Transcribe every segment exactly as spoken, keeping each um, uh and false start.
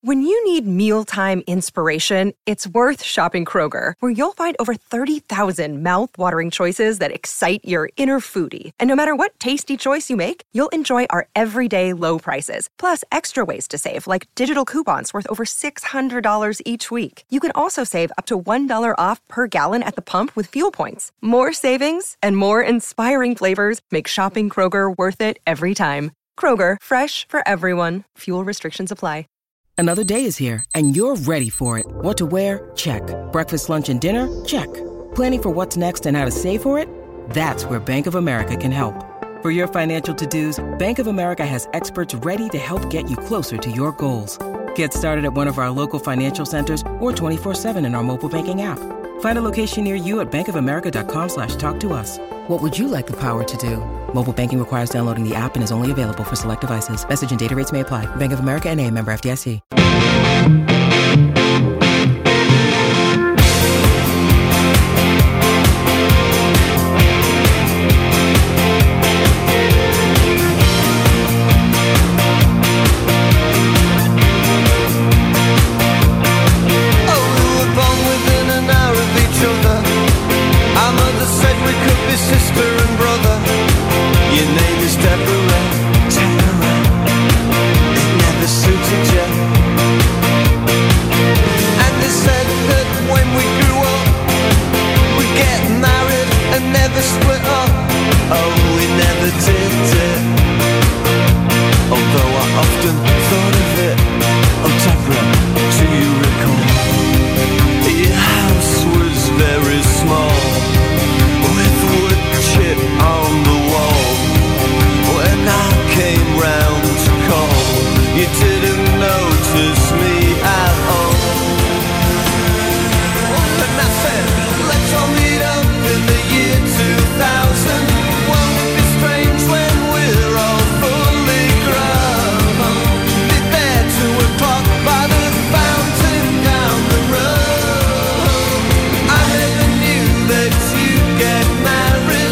When you need mealtime inspiration, it's worth shopping Kroger, where you'll find over thirty thousand mouth-watering choices that excite your inner foodie. And no matter what tasty choice you make, you'll enjoy our everyday low prices, plus extra ways to save, like digital coupons worth over six hundred dollars each week. You can also save up to one dollar off per gallon at the pump with fuel points. More savings and more inspiring flavors make shopping Kroger worth it every time. Kroger, fresh for everyone. Fuel restrictions apply. Another day is here, and you're ready for it. What to wear? Check. Breakfast, lunch, and dinner? Check. Planning for what's next and how to save for it? That's where Bank of America can help. For your financial to-dos, Bank of America has experts ready to help get you closer to your goals. Get started at one of our local financial centers or twenty-four seven in our mobile banking app. Find a location near you at bankofamerica.com slash talk to us. What would you like the power to do? Mobile banking requires downloading the app and is only available for select devices. Message and data rates may apply. Bank of America N A, member F D I C. Sister and brother, your name is Deborah, Deborah. It never suited you. And they said that when we grew up, we'd get married and never split up. Oh, we never did it. Although I often thought of it. Oh, Deborah, do you recall? Your house was very small, chip on the wall. When I came round to call, you didn't notice me at all. And I said, let's all meet up in the year two thousand. Won't it be strange when we're all fully grown? Be there two o'clock by the fountain down the road. I never knew that you'd get married.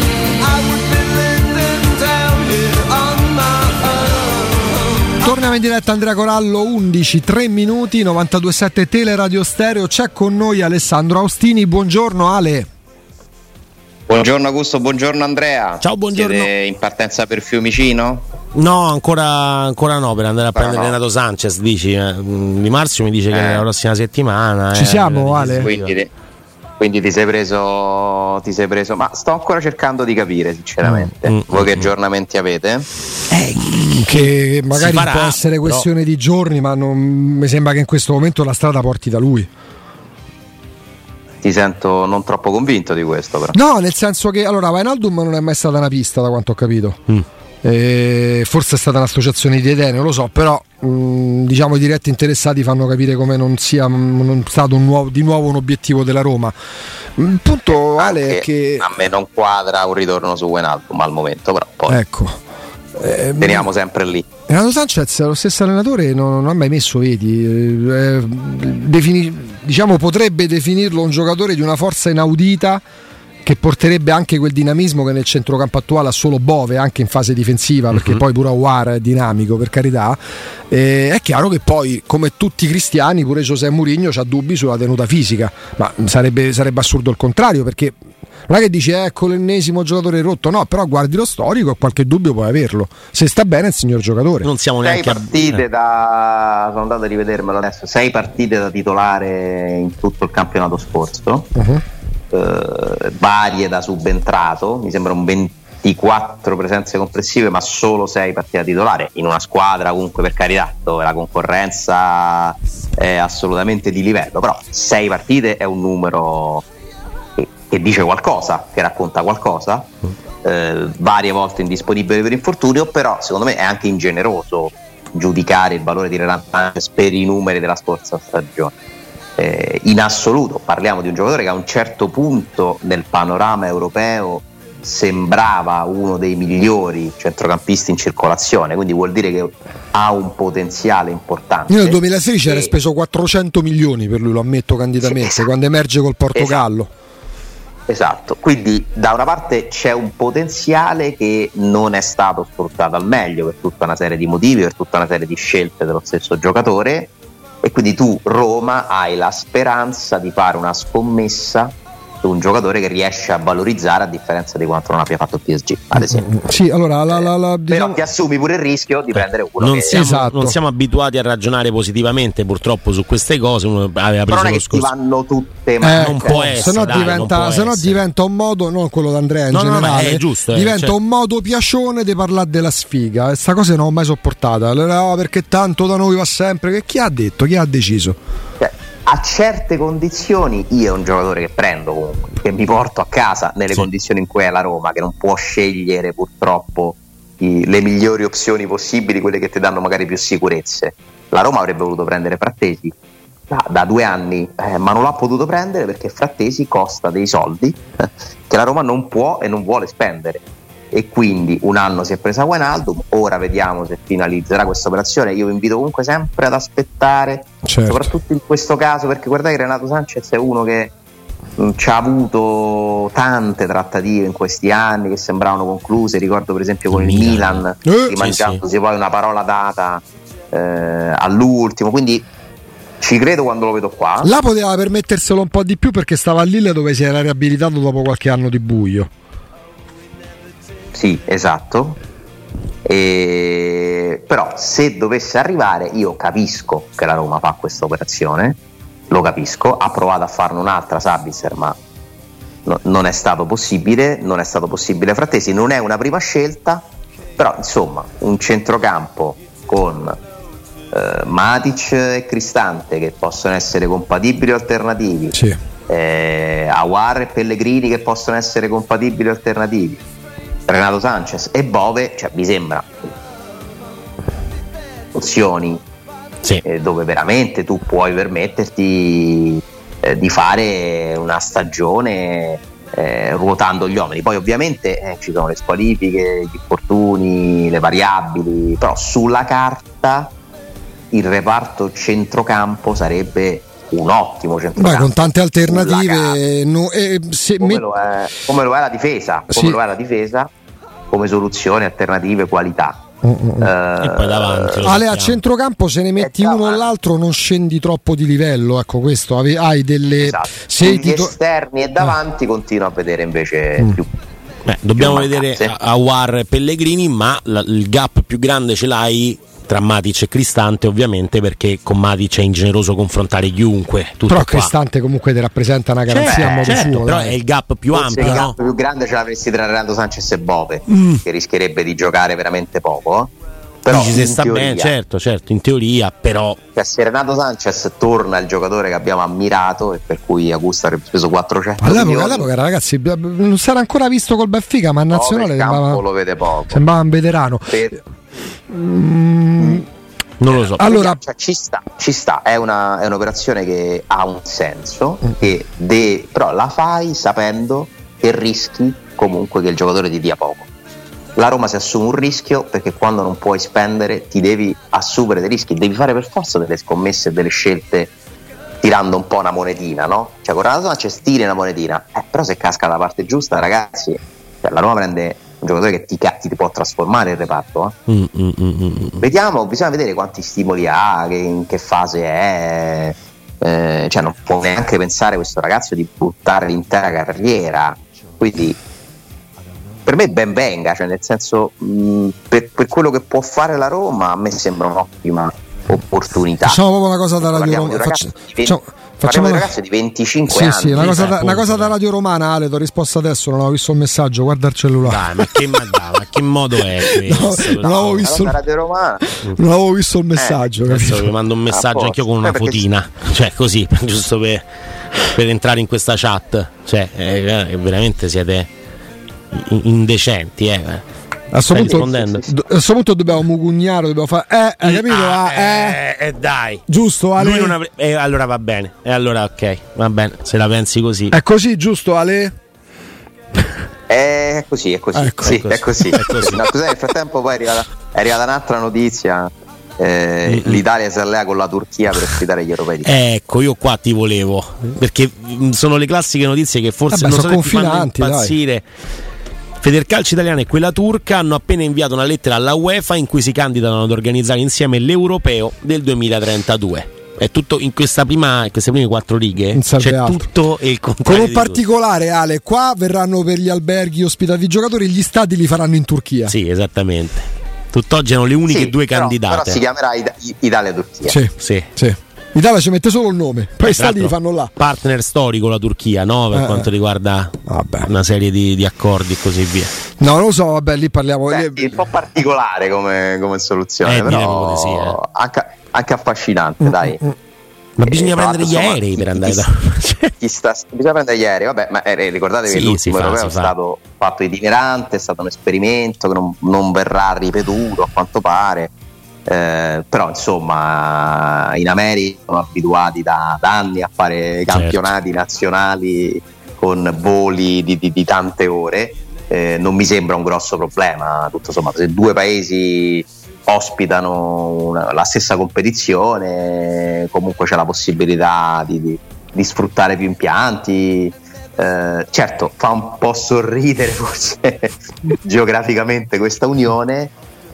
Torniamo in diretta, Andrea Corallo, undici, tre minuti, novantadue sette Teleradio Stereo. C'è con noi Alessandro Austini. Buongiorno Ale. Buongiorno Augusto, buongiorno Andrea. Ciao, buongiorno. Siete in partenza per Fiumicino? No, ancora, ancora no, per andare a Però prendere no. Renato Sanchez, dici. eh. Di Marzio mi dice Eh. che la prossima settimana. Ci eh, siamo, Ale? Quindi, quindi ti sei preso ti sei preso ma sto ancora cercando di capire sinceramente. Mm, mm, Voi che mm. aggiornamenti avete? Eh, che magari Si farà, può essere questione però... di giorni, ma non mi sembra che in questo momento la strada porti da lui. Ti sento non troppo convinto di questo, però. No, nel senso che allora Wijnaldum non è mai stata una pista, da quanto ho capito. Mm. Eh, forse è stata un'associazione di idee, non lo so, però mh, diciamo i diretti interessati fanno capire come non sia non stato un nuovo, di nuovo un obiettivo della Roma. Il punto, Ale, è che a me non quadra un ritorno su Wijnaldum al momento, però poi ecco, eh, teniamo sempre lì. Renato Sanchez, lo stesso allenatore, non, non ha mai messo, vedi, eh, defini, diciamo potrebbe definirlo un giocatore di una forza inaudita, che porterebbe anche quel dinamismo che nel centrocampo attuale ha solo Bove, anche in fase difensiva, perché uh-huh. poi pure Aouar è dinamico, per carità. Eh, è chiaro che poi, come tutti i cristiani, pure José Mourinho ha dubbi sulla tenuta fisica, ma sarebbe, sarebbe assurdo il contrario, perché non è che dici ecco l'ennesimo giocatore rotto, no, però guardi lo storico e qualche dubbio puoi averlo. Se sta bene è il signor giocatore. Non siamo Sei neanche partite a... da sono andato a rivedermelo adesso, sei partite da titolare in tutto il campionato scorso. Uh-huh. Eh, varie da subentrato, mi sembra un ventiquattro presenze complessive, ma solo sei partite da titolare in una squadra comunque, per carità, dove la concorrenza è assolutamente di livello, però sei partite è un numero che, che dice qualcosa, che racconta qualcosa. Eh, varie volte indisponibile per infortunio, però secondo me è anche ingeneroso giudicare il valore di Renato Sanchez per i numeri della scorsa stagione. Eh, in assoluto parliamo di un giocatore che a un certo punto nel panorama europeo sembrava uno dei migliori centrocampisti in circolazione, quindi vuol dire che ha un potenziale importante. Io nel duemilasedici e... era speso quattrocento milioni per lui, lo ammetto candidamente, sì, esatto. Quando emerge col Portogallo. Esatto. esatto, quindi da una parte c'è un potenziale che non è stato sfruttato al meglio per tutta una serie di motivi, per tutta una serie di scelte dello stesso giocatore. e quindi tu Roma hai la speranza di fare una scommessa su un giocatore che riesce a valorizzare, a differenza di quanto non abbia fatto il P S G, ad esempio. Sì, allora la, la, la, eh, diciamo... però ti assumi pure il rischio di prendere uno non che siamo, esatto. non siamo abituati a ragionare positivamente purtroppo su queste cose. Uno aveva però preso non è lo che ti scorso vanno tutte Eh, ma non può essere, se no dai, diventa, non può se no essere. diventa un modo, non quello d'Andrea in No, no, no, generale, è giusto, eh, diventa cioè- un modo piacione di parlare della sfiga. E sta cosa non l'ho mai sopportata. Allora, no, perché tanto da noi va sempre. Che chi ha detto? Chi ha deciso? cioè, a certe condizioni io è un giocatore che prendo comunque, che mi porto a casa nelle Sì. condizioni in cui è la Roma, che non può scegliere purtroppo i- le migliori opzioni possibili, quelle che ti danno magari più sicurezze. La Roma avrebbe voluto prendere Frattesi da, da due anni, eh, ma non l'ha potuto prendere perché Frattesi costa dei soldi eh, che la Roma non può e non vuole spendere, e quindi un anno si è presa Wijnaldum. Ora vediamo se finalizzerà questa operazione. Io vi invito comunque sempre ad aspettare, Certo. soprattutto in questo caso, perché guardate che Renato Sanchez è uno che mh, ci ha avuto tante trattative in questi anni che sembravano concluse. Ricordo per esempio con il Milan. Milan, Eh, rimangiandosi poi una parola data eh, all'ultimo, quindi ci credo quando lo vedo qua. Là poteva permetterselo un po' di più perché stava a Lille, dove si era riabilitato dopo qualche anno di buio. Sì, esatto. E... però se dovesse arrivare, io capisco che la Roma fa questa operazione, lo capisco, ha provato a farne un'altra Sabitzer, ma no, non è stato possibile, non è stato possibile Frattesi, non è una prima scelta, però insomma un centrocampo con eh, Matic e Cristante che possono essere compatibili o alternativi, Sì. eh, Aouar e Pellegrini che possono essere compatibili o alternativi, Renato Sanchez e Bove, cioè mi sembra opzioni Sì. eh, dove veramente tu puoi permetterti eh, di fare una stagione eh, ruotando gli uomini. Poi ovviamente eh, ci sono le squalifiche, gli infortuni, le variabili, però sulla carta il reparto centrocampo sarebbe un ottimo centrocampo. Beh, con tante Sulla alternative. carta. No, eh, se come, met- lo è, come lo è la difesa, come Sì. lo è la difesa, come soluzioni, alternative, qualità. Mm, mm, mm. Eh, E poi davanti, lo Ale, a sappiamo. centrocampo se ne metti Eh, uno o davanti. l'altro non scendi troppo di livello, ecco questo, ave- hai delle esatto. se Sugli ti to- esterni e davanti continuo a vedere invece Mm. più. Beh, dobbiamo più vedere mancanze. Aouar e Pellegrini, ma la- il gap più grande ce l'hai tra Matic e Cristante, ovviamente, perché con Matic è ingeneroso confrontare chiunque. Tutto però qua. Cristante comunque ti rappresenta una garanzia a modo certo, suo. però dai. è il gap più Forse ampio, il no? gap più grande ce l'avresti tra Renato Sanchez e Bove, Mm. che rischierebbe di giocare veramente poco. Però Dici se in sta teoria, bene, certo, certo, in teoria, però cioè, se Renato Sanchez torna il giocatore che abbiamo ammirato e per cui Augusto avrebbe speso quattrocento All'epoca, milioni, all'epoca, ragazzi, non si era ancora visto col Benfica, ma a no, nazionale il campo sembrava, lo vede poco. sembrava un veterano. Per- Mm, non lo so. allora, cioè, ci sta, ci sta, è, una, è un'operazione che ha un senso, che de- però la fai sapendo che rischi comunque che il giocatore ti dia poco. La Roma si assume un rischio perché quando non puoi spendere ti devi assumere dei rischi, devi fare per forza delle scommesse e delle scelte tirando un po' una monetina, no? Cioè con Renato Sanchez tiri una monetina, eh, però se casca dalla parte giusta, ragazzi, cioè, la Roma prende un giocatore che ti, ca- ti può trasformare il reparto, eh? Mm, mm, mm, mm. Vediamo, bisogna vedere quanti stimoli ha, che, in che fase è, eh, cioè non può neanche pensare questo ragazzo di buttare l'intera carriera, quindi per me ben venga, cioè nel senso mh, per, per quello che può fare la Roma a me sembra un'ottima opportunità. facciamo proprio una cosa da Radio Parliamo di un Roma. ragazzo Faccia- di venti- facciamo- parliamo facciamo di un una- ragazzo di venticinque Sì, anni. sì, una cosa, da, appunto. una cosa da Radio Romana, Ale, ti ho risposto adesso, non avevo visto il messaggio, guarda il cellulare. Dai, ma che, ma, dai, ma che modo è questo? No, non avevo Una visto cosa il- Radio Romana. Non avevo visto il messaggio, Adesso capito? vi mando un messaggio posto. anch'io con una Eh, perché- fotina, cioè così, giusto per, per entrare in questa chat. Cioè, eh, veramente siete in- indecenti, eh. A questo Stai punto, rispondendo? do- a questo punto dobbiamo mugugnare, dobbiamo fare eh, hai capito? Ah, Ah, eh. eh, eh, dai. Giusto, Ale? Lui non avre- eh, allora va bene, e allora ok, va bene, se la pensi così. È così, giusto, Ale? È così, è così. Ecco, sì, è così, è così. è così. No, cos'è? Nel frattempo poi è arrivata, è arrivata un'altra notizia. eh, Mm-mm. L'Italia si allea con la Turchia per sfidare gli europei. Ecco, io qua ti volevo, perché mh, sono le classiche notizie che forse Vabbè, non sono so se ti fanno confinanti, dai. impazzire. Federcalcio Italiana e quella turca hanno appena inviato una lettera alla UEFA in cui si candidano ad organizzare insieme l'Europeo del duemilatrentadue. è tutto in questa prima, in queste prime quattro righe Non serve c'è altro. tutto e il Con contrario un di tutto. particolare, Ale, qua verranno per gli alberghi ospitati i giocatori, gli stadi li faranno in Turchia. Sì, esattamente. Tutt'oggi erano le uniche Sì, due però- candidate. Però si chiamerà Ita- Italia-Turchia. Sì, Sì. sì. L'Italia ci mette solo il nome, poi i Tra stadi li l'altro, fanno là. Partner storico la Turchia, no? Per Eh, quanto riguarda vabbè. una serie di, di accordi e così via. No, non lo so, vabbè, lì parliamo. Beh, lì- sì, un po' particolare come, come soluzione, Eh, direi però proprio di sì, eh. anche, anche affascinante, dai. Ma bisogna Eh, tra prendere gli l'altro, aerei insomma, per andare chi- da. Chi sta, bisogna prendere gli aerei, vabbè, ma eh, ricordatevi Sì, che l'ultimo si fa, europeo si è fa. stato fatto itinerante, è stato un esperimento che non, non verrà ripetuto a quanto pare. Eh, però insomma in America sono abituati da, da anni a fare campionati nazionali con voli di, di, di tante ore. Eh, non mi sembra un grosso problema, tutto sommato, se due paesi ospitano una, la stessa competizione, comunque c'è la possibilità di, di, di sfruttare più impianti. Eh, certo, fa un po' sorridere forse geograficamente questa unione.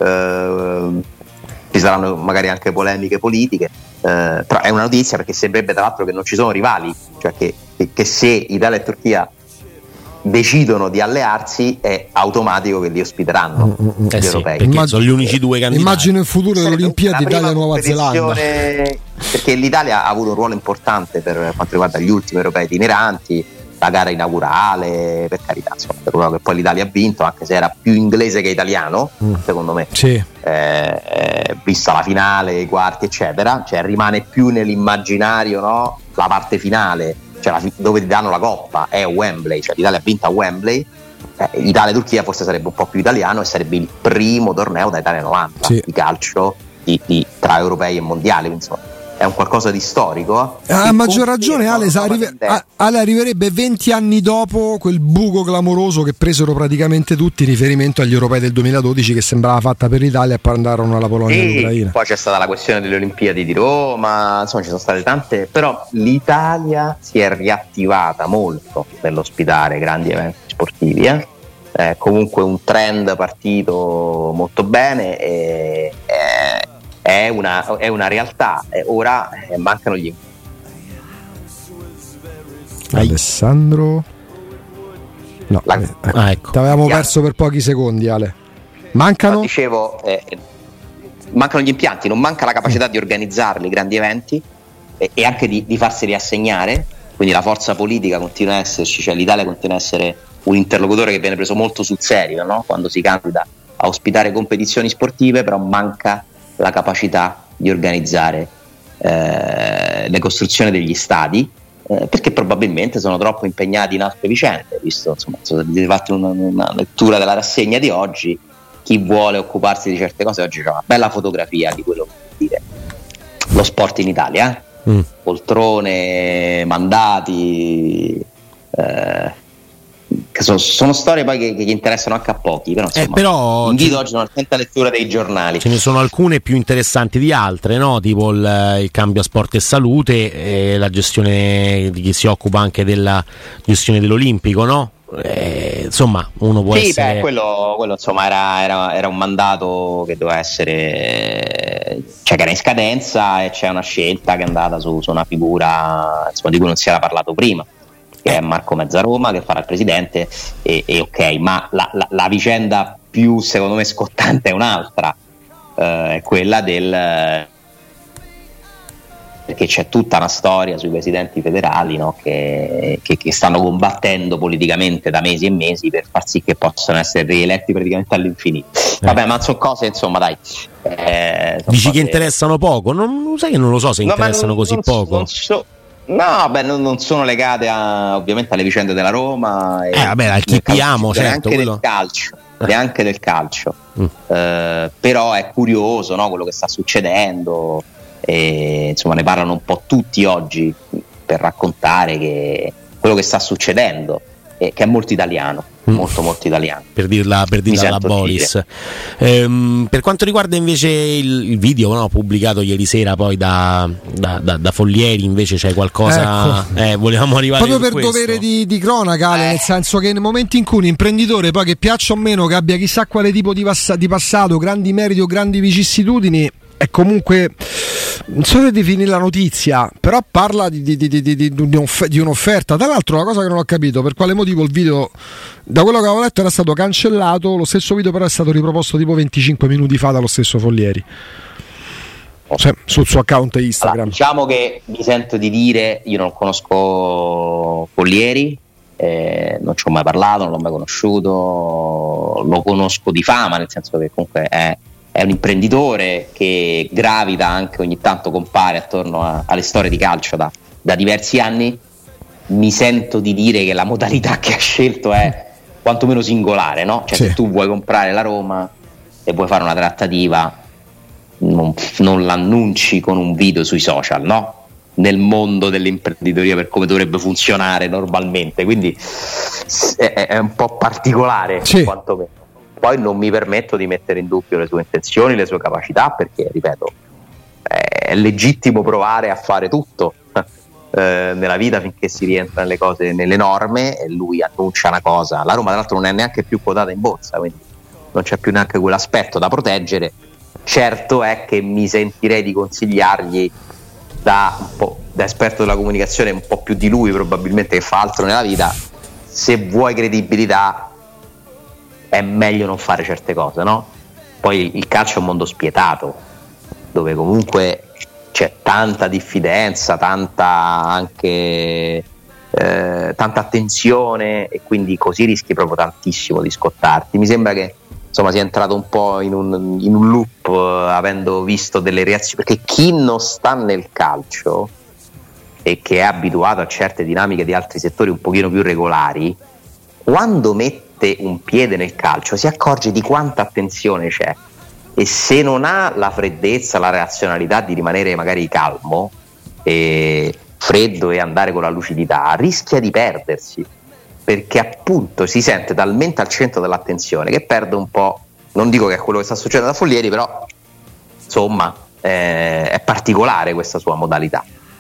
Eh, ci saranno magari anche polemiche politiche, eh, però è una notizia perché sembrerebbe tra l'altro che non ci sono rivali, cioè che, che, che se Italia e Turchia decidono di allearsi è automatico che li ospiteranno gli Eh sì, europei. perché Immag- sono gli unici due candidati. Immagino il futuro delle Sarebbe Olimpiadi la prima Italia-Nuova Zelanda. competizione, perché l'Italia ha avuto un ruolo importante per quanto riguarda gli ultimi europei itineranti, la gara inaugurale, per carità, insomma, per quello che poi l'Italia ha vinto, anche se era più inglese che italiano, Mm. secondo me. Sì. Eh, eh, vista la finale, i quarti, eccetera, cioè rimane più nell'immaginario, no? La parte finale, cioè la fi- dove ti danno la coppa è a Wembley, cioè l'Italia ha vinto a Wembley. Eh, Italia-Turchia forse sarebbe un po' più italiano e sarebbe il primo torneo da Italia novanta Sì. di calcio di, di- tra europei e mondiali, quindi, insomma, è un qualcosa di storico. eh. A Che maggior conferma ragione Ale, una sa, nuova arrive- tendenza. a- Ale arriverebbe venti anni dopo quel buco clamoroso che presero praticamente tutti in riferimento agli europei del duemiladodici, che sembrava fatta per l'Italia e poi andarono alla Polonia e Sì, all'Ucraina. poi c'è stata la questione delle Olimpiadi di Roma, insomma ci sono state tante, però l'Italia si è riattivata molto nell'ospitare grandi eventi sportivi, eh? Eh, comunque un trend partito molto bene e, eh, è, una, è una realtà, e ora eh, mancano gli Alessandro no, La- eh, Ah, ecco. ti avevamo Yeah. perso per pochi secondi, Ale. Ma Mancano? dicevo, eh, mancano gli impianti, non manca la capacità di organizzarli, i grandi eventi, e, e anche di, di farseli assegnare, quindi la forza politica continua a esserci, cioè l'Italia continua a essere un interlocutore che viene preso molto sul serio, no? Quando si candida a ospitare competizioni sportive, però manca la capacità di organizzare eh, le costruzioni degli stadi, eh, perché probabilmente sono troppo impegnati in altre vicende, visto, insomma, se avete fatto una, una lettura della rassegna di oggi, chi vuole occuparsi di certe cose oggi c'è una bella fotografia di quello che vuol dire lo sport in Italia, eh? Mm. Poltrone, mandati, eh, che sono, sono storie poi che, che gli interessano anche a pochi, però, insomma, Eh, però invito ce- oggi a una attenta lettura dei giornali. Ce ne sono alcune più interessanti di altre, no? Tipo il, il cambio a sport e salute, e la gestione di chi si occupa anche della gestione dell'Olimpico, no? Eh, insomma, uno può Sì, essere. beh, quello, quello insomma era, era, era un mandato che doveva essere, cioè che era in scadenza, e c'è una scelta che è andata su, su una figura, insomma, di cui non si era parlato prima, che è Marco Mezzaroma, che farà il presidente, e, e ok, ma la, la, la vicenda più secondo me scottante è un'altra, eh, è quella del, perché c'è tutta una storia sui presidenti federali, no? che, che, che stanno combattendo politicamente da mesi e mesi per far sì che possano essere rieletti praticamente all'infinito. Vabbè, ma sono cose, insomma, dai. Eh, sono Dici cose- che interessano poco? Non sai che non lo so se No, ma interessano non- così non- poco. non so- no, beh, non, non sono legate a, ovviamente alle vicende della Roma. E Eh, vabbè, al del chippiamo, calcio, certo, neanche quello- del calcio, neanche del calcio. Mm. Eh, però è curioso, no, quello che sta succedendo. E, insomma, ne parlano un po' tutti oggi per raccontare che quello che sta succedendo è che è molto italiano, Mm. molto molto italiano. Per dirla, per Mi dirla alla sento Boris. Ehm, per quanto riguarda invece il, il video, no, pubblicato ieri sera poi da, da, da, da Follieri, invece c'è qualcosa. Ecco. Eh, volevamo arrivare Proprio su per questo. dovere di, di cronaca, Ale, nel senso che nel momento in cui un imprenditore, poi che piaccia o meno, che abbia chissà quale tipo di, passa- di passato, grandi meriti o grandi vicissitudini, è comunque non so se definire la notizia, però parla di, di, di, di, di, di, un'off- di un'offerta. Tra l'altro, una cosa che non ho capito, per quale motivo il video, da quello che avevo letto, era stato cancellato. Lo stesso video però è stato riproposto tipo venticinque minuti fa dallo stesso Follieri, cioè, sul suo account Instagram. Allora, diciamo che mi sento di dire, io non conosco Follieri, eh, non ci ho mai parlato, non l'ho mai conosciuto, lo conosco di fama, nel senso che comunque è, è un imprenditore che gravita anche, ogni tanto compare attorno a, alle storie di calcio da, da diversi anni. Mi sento di dire che la modalità che ha scelto è quantomeno singolare, no? Cioè, sì. Se tu vuoi comprare la Roma e vuoi fare una trattativa, non, non l'annunci con un video sui social, no? Nel mondo dell'imprenditoria, per come dovrebbe funzionare normalmente, quindi è, è un po' particolare, sì. Quantomeno. Poi non mi permetto di mettere in dubbio le sue intenzioni, le sue capacità, perché, ripeto, è legittimo provare a fare tutto eh, nella vita finché si rientra nelle cose, nelle norme, e lui annuncia una cosa. La Roma, tra l'altro, non è neanche più quotata in borsa, quindi non c'è più neanche quell'aspetto da proteggere. Certo è che mi sentirei di consigliargli, da, un po', da esperto della comunicazione, un po' più di lui probabilmente, che fa altro nella vita, se vuoi credibilità è meglio non fare certe cose, no? Poi il calcio è un mondo spietato, dove comunque c'è tanta diffidenza, tanta anche eh, tanta attenzione, e quindi così rischi proprio tantissimo di scottarti. Mi sembra che insomma sia entrato un po' in un, in un loop, eh, avendo visto delle reazioni, perché chi non sta nel calcio e che è abituato a certe dinamiche di altri settori un pochino più regolari, quando mette un piede nel calcio si accorge di quanta attenzione c'è, e se non ha la freddezza, la razionalità di rimanere magari calmo e freddo e andare con la lucidità, rischia di perdersi, perché appunto si sente talmente al centro dell'attenzione che perde un po'. Non dico che è quello che sta succedendo a Follieri, però insomma eh, è particolare questa sua modalità.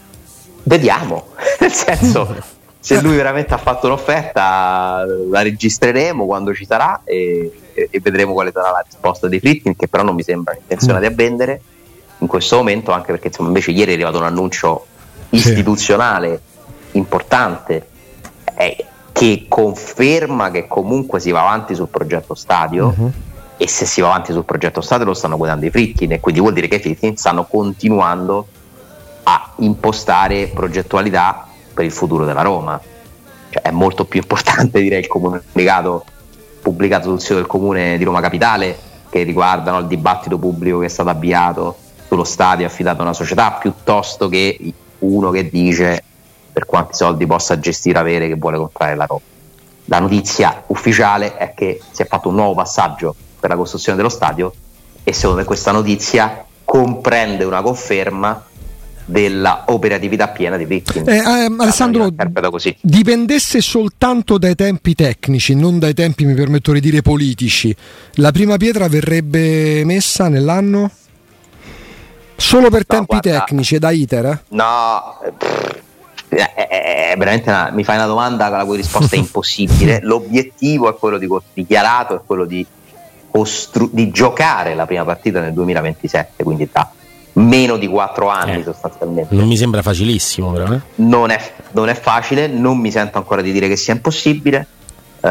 Vediamo, nel senso, se lui veramente ha fatto un'offerta la registreremo quando ci sarà, e, e, e vedremo quale sarà la risposta dei Friedkin, che però non mi sembra intenzione di avvendere in questo momento, anche perché insomma invece ieri è arrivato un annuncio istituzionale importante, eh, che conferma che comunque si va avanti sul progetto stadio, uh-huh. e se si va avanti sul progetto stadio lo stanno guidando i Friedkin, e quindi vuol dire che i Friedkin stanno continuando a impostare progettualità per il futuro della Roma. Cioè, è molto più importante, direi, il comunicato pubblicato sul sito del Comune di Roma Capitale, che riguarda, no, il dibattito pubblico che è stato avviato sullo stadio affidato a una società, piuttosto che uno che dice per quanti soldi possa gestire avere, che vuole comprare la Roma. La notizia ufficiale è che si è fatto un nuovo passaggio per la costruzione dello stadio, e secondo me questa notizia comprende una conferma della operatività piena di Friedkin. Eh, eh, Alessandro, così. Dipendesse soltanto dai tempi tecnici, non dai tempi, mi permetto di dire, politici, la prima pietra verrebbe messa nell'anno? Solo per no, tempi guarda, tecnici, da iter? Eh? No, pff, è, è, è veramente una, mi fai una domanda la cui risposta è impossibile. L'obiettivo è quello di dichiarato, è quello di, costru- di giocare la prima partita nel duemilaventisette, quindi da meno di quattro anni, eh, sostanzialmente. Non mi sembra facilissimo, però. Eh? Non è, non è facile, non mi sento ancora di dire che sia impossibile. Eh,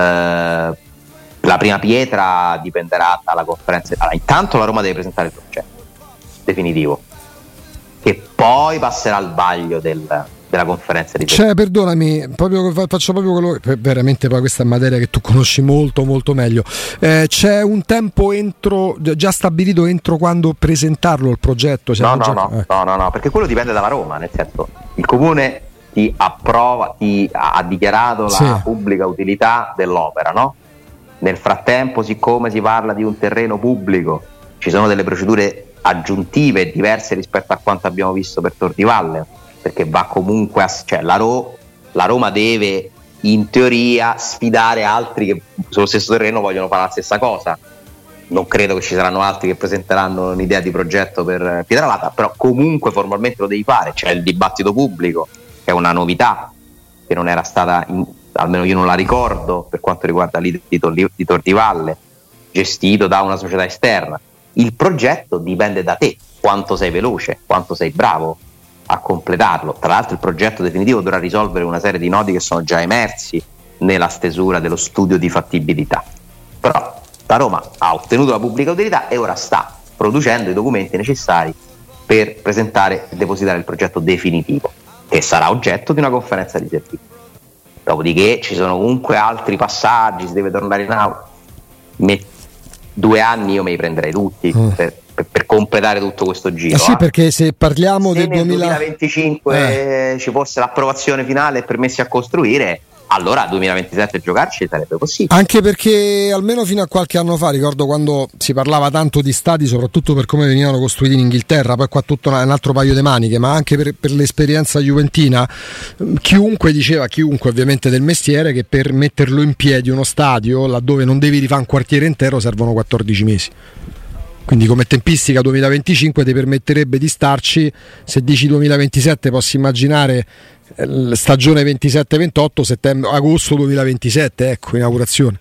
la prima pietra dipenderà dalla conferenza. Allora, intanto la Roma deve presentare il progetto definitivo, che poi passerà al vaglio del, della conferenza di cioè, perdonami, proprio, faccio proprio quello, veramente poi questa è materia che tu conosci molto molto meglio. Eh, c'è un tempo entro già stabilito entro quando presentarlo il progetto? No no, già... no, eh. no no no perché quello dipende dalla Roma, nel senso, il Comune ti approva, ti ha dichiarato la sì. pubblica utilità dell'opera, no? Nel frattempo, siccome si parla di un terreno pubblico, ci sono delle procedure aggiuntive diverse rispetto a quanto abbiamo visto per Tor di Valle, perché va comunque a, cioè la, Ro, la Roma deve in teoria sfidare altri che sullo stesso terreno vogliono fare la stessa cosa. Non credo che ci saranno altri che presenteranno un'idea di progetto per Pietralata, però comunque formalmente lo devi fare. C'è il dibattito pubblico, che è una novità che non era stata in, almeno io non la ricordo, per quanto riguarda l'I D di Tor di Valle, gestito da una società esterna. il progetto dipende da te, quanto sei veloce, quanto sei bravo a completarlo. Tra l'altro il progetto definitivo dovrà risolvere una serie di nodi che sono già emersi nella stesura dello studio di fattibilità, però la Roma ha ottenuto la pubblica utilità e ora sta producendo i documenti necessari per presentare e depositare il progetto definitivo, che sarà oggetto di una conferenza di servizio. Dopodiché ci sono comunque altri passaggi, si deve tornare in aula. Me, due anni io me li prenderei tutti mm. per, per, per completare tutto questo giro. Eh sì, eh. perché se parliamo se del nel duemila... duemilaventicinque eh. ci fosse l'approvazione finale e permessi a costruire, allora duemilaventisette giocarci sarebbe possibile. Anche perché almeno fino a qualche anno fa, ricordo quando si parlava tanto di stadi, soprattutto per come venivano costruiti in Inghilterra, poi qua tutto un altro paio di maniche, ma anche per, per l'esperienza juventina, chiunque diceva, chiunque ovviamente del mestiere, che per metterlo in piedi uno stadio laddove non devi rifare un quartiere intero servono quattordici mesi. Quindi come tempistica duemilaventicinque ti permetterebbe di starci, se dici duemilaventisette posso immaginare stagione ventisette ventotto, settembre, agosto duemilaventisette, ecco, inaugurazione.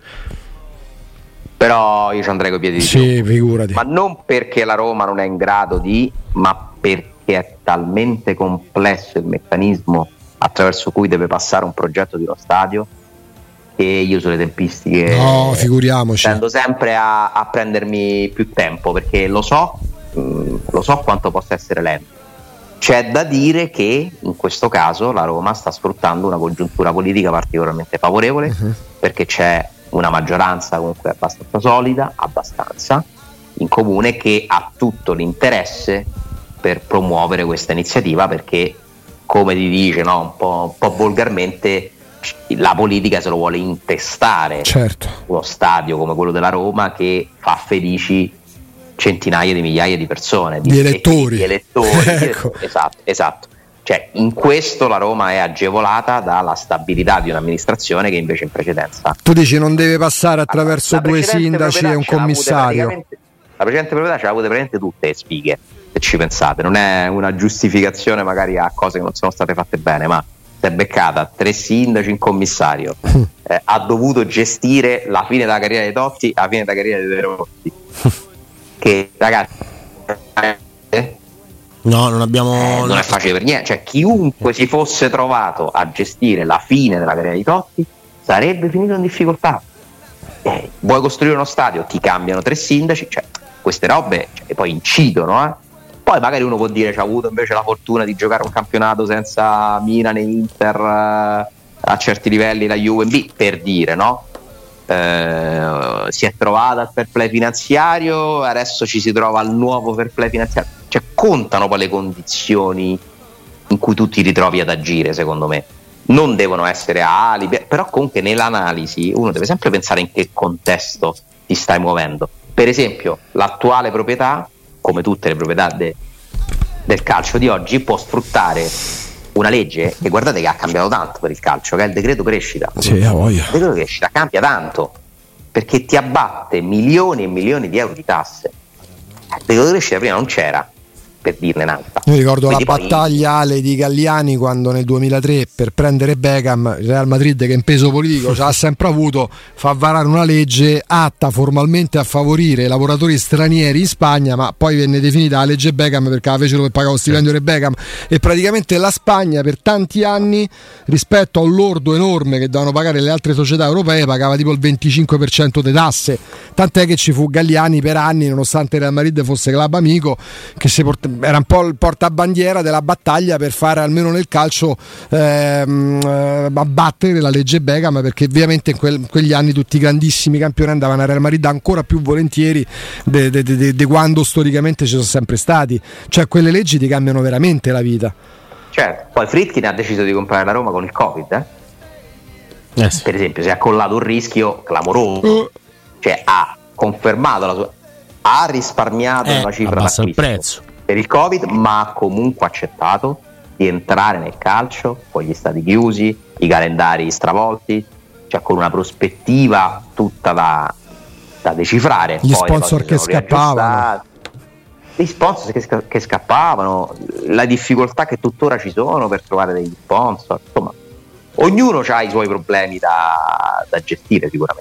Però io ci andrei coi piedi di sì, più. Figurati. Ma non perché la Roma non è in grado di, ma perché è talmente complesso il meccanismo attraverso cui deve passare un progetto di uno stadio che io sulle tempistiche no, figuriamoci. tendo sempre a, a prendermi più tempo, perché lo so, mh, lo so quanto possa essere lento. C'è da dire che in questo caso la Roma sta sfruttando una congiuntura politica particolarmente favorevole, uh-huh. perché c'è una maggioranza comunque abbastanza solida, abbastanza in comune, che ha tutto l'interesse per promuovere questa iniziativa, perché come ti dice, no, un po', un po' volgarmente, la politica se lo vuole intestare, certo. Uno stadio come quello della Roma che fa felici centinaia di migliaia di persone, di, di elettori, di elettori ecco. esatto, esatto. Cioè, in questo la Roma è agevolata dalla stabilità di un'amministrazione che invece in precedenza, tu dici, non deve passare attraverso due sindaci e un commissario. La precedente proprietà ce l'ha avute praticamente tutte le sfighe, se ci pensate. Non è una giustificazione magari a cose che non sono state fatte bene, ma si è beccata tre sindaci in commissario, eh, ha dovuto gestire la fine della carriera dei Totti, la fine della carriera dei De Rossi, che ragazzi eh, no, non abbiamo eh, non è facile per niente. Cioè, chiunque si fosse trovato a gestire la fine della carriera di Totti sarebbe finito in difficoltà. Eh, vuoi costruire uno stadio, ti cambiano tre sindaci, cioè queste robe, cioè, poi incidono, eh. Poi magari uno può dire ci ha avuto invece la fortuna di giocare un campionato senza Milan e Inter eh, a certi livelli, la Juve B, per dire, no? Eh, si è trovata al fair play finanziario, adesso ci si trova al nuovo fair play finanziario. Cioè, contano poi le condizioni in cui tu ti ritrovi ad agire, secondo me. Non devono essere alibi, però comunque nell'analisi uno deve sempre pensare in che contesto ti stai muovendo. Per esempio, l'attuale proprietà, come tutte le proprietà de, del calcio di oggi, può sfruttare una legge che, guardate, che ha cambiato tanto per il calcio, che è il decreto crescita. Sì, a voglia. Il decreto crescita cambia tanto perché ti abbatte milioni e milioni di euro di tasse. Il decreto crescita prima non c'era, per dirne un'altra. Io ricordo Quindi la poi... battaglia Ale di Galliani quando nel duemilatré per prendere Beckham, il Real Madrid, che in peso politico ci ha sempre avuto, fa varare una legge atta formalmente a favorire i lavoratori stranieri in Spagna, ma poi venne definita la legge Beckham perché la fecero per pagare lo stipendio di Beckham, e praticamente la Spagna per tanti anni, rispetto a un lordo enorme che dovevano pagare le altre società europee, pagava tipo il venticinque per cento delle tasse, tant'è che ci fu Galliani per anni, nonostante il Real Madrid fosse club amico, che si portava, era un po' il portabandiera della battaglia per fare almeno nel calcio ehm, abbattere la legge Beckham, perché ovviamente in quel, quegli anni tutti i grandissimi campioni andavano a Real Madrid ancora più volentieri di quando storicamente ci sono sempre stati. Cioè, quelle leggi ti cambiano veramente la vita. Certo, poi Friedkin ha deciso di comprare la Roma con il Covid, eh? Eh sì. Per esempio, si è accollato un rischio clamoroso, uh. cioè ha confermato la sua, ha risparmiato eh, una cifra abbassa il d'acquisto prezzo per il Covid, ma ha comunque accettato di entrare nel calcio con gli stadi chiusi, i calendari stravolti, cioè con una prospettiva tutta da, da decifrare. Gli poi sponsor che scappavano, gli sponsor che, sca- che scappavano, la difficoltà che tuttora ci sono per trovare degli sponsor, insomma ognuno ha i suoi problemi da, da gestire sicuramente.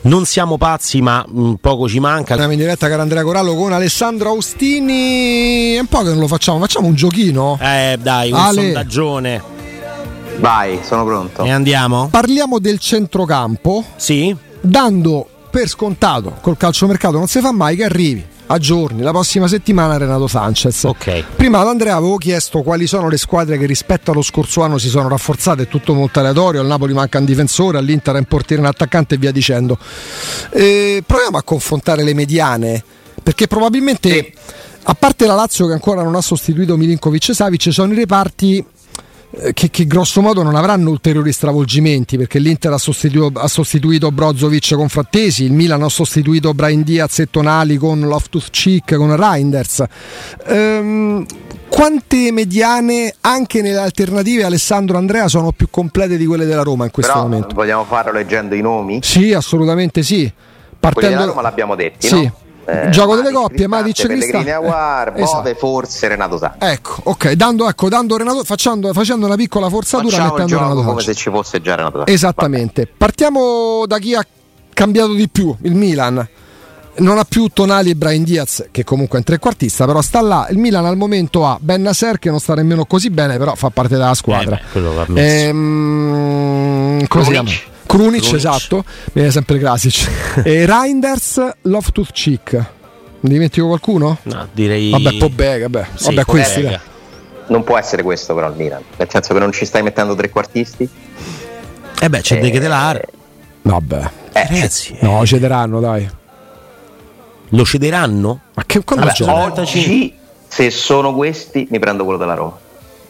Non siamo pazzi, ma mh, poco ci manca. Andiamo in diretta con Andrea Corallo con Alessandro Austini. È un po' che non lo facciamo, facciamo un giochino. Eh dai, un Ale. sondaggione. Vai, sono pronto. E andiamo? Parliamo del centrocampo, Sì? dando per scontato, col calciomercato non si fa mai, che arrivi a giorni, la prossima settimana, Renato Sanchez. Ok. Prima ad Andrea avevo chiesto quali sono le squadre che rispetto allo scorso anno si sono rafforzate, è tutto molto aleatorio, al Napoli manca un difensore, all'Inter è un portiere, un attaccante e via dicendo. E proviamo a confrontare le mediane, perché probabilmente, Sì. a parte la Lazio che ancora non ha sostituito Milinkovic e Savic, sono i reparti Che, che grosso modo non avranno ulteriori stravolgimenti, perché l'Inter ha sostituito, ha sostituito Brozovic con Frattesi, il Milan ha sostituito Brahim Diaz e Tonali con Loftus-Cheek, con Reinders. Ehm, quante mediane anche nelle alternative, Alessandro, Andrea, sono più complete di quelle della Roma in questo Però momento? vogliamo farlo leggendo i nomi? Sì, assolutamente sì. Quelli Partendo della Roma l'abbiamo detti, sì. no? Eh, Gioco Matic, delle coppie, Matic, Cristante, Pellegrini, Cristante. Aguar, Bove, Esatto. forse Renato Sanchez. Ecco, ok, dando, ecco, dando Renato, facendo, facendo una piccola forzatura, Facciamo il mettendo gioco Renato come Sanchez. se ci fosse già Renato Sanchez. Esattamente. Partiamo da chi ha cambiato di più, il Milan. Non ha più Tonali e Brahim Diaz, che comunque è un trequartista, però sta là. Il Milan al momento ha Bennacer, che non sta nemmeno così bene, però fa parte della squadra. Eh beh, quello va messo. Ehm, come si chiama? Krunic. Krunic, Krunic. esatto. Mi viene sempre Krasic. E Reinders, Loftus-Cheek. Mi dimentico qualcuno? No, direi. Vabbè, Pobega, vabbè, Sì, vabbè questi. Pobega. dai. Non può essere questo però il Milan, nel senso che non ci stai mettendo trequartisti. Eh beh, c'è Eh, De Ketelar. Vabbè. Eh, Ragazzi, eh, No, cederanno, dai. lo cederanno? Ma che quando vabbè, gioca? oggi, se sono questi, mi prendo quello della Roma.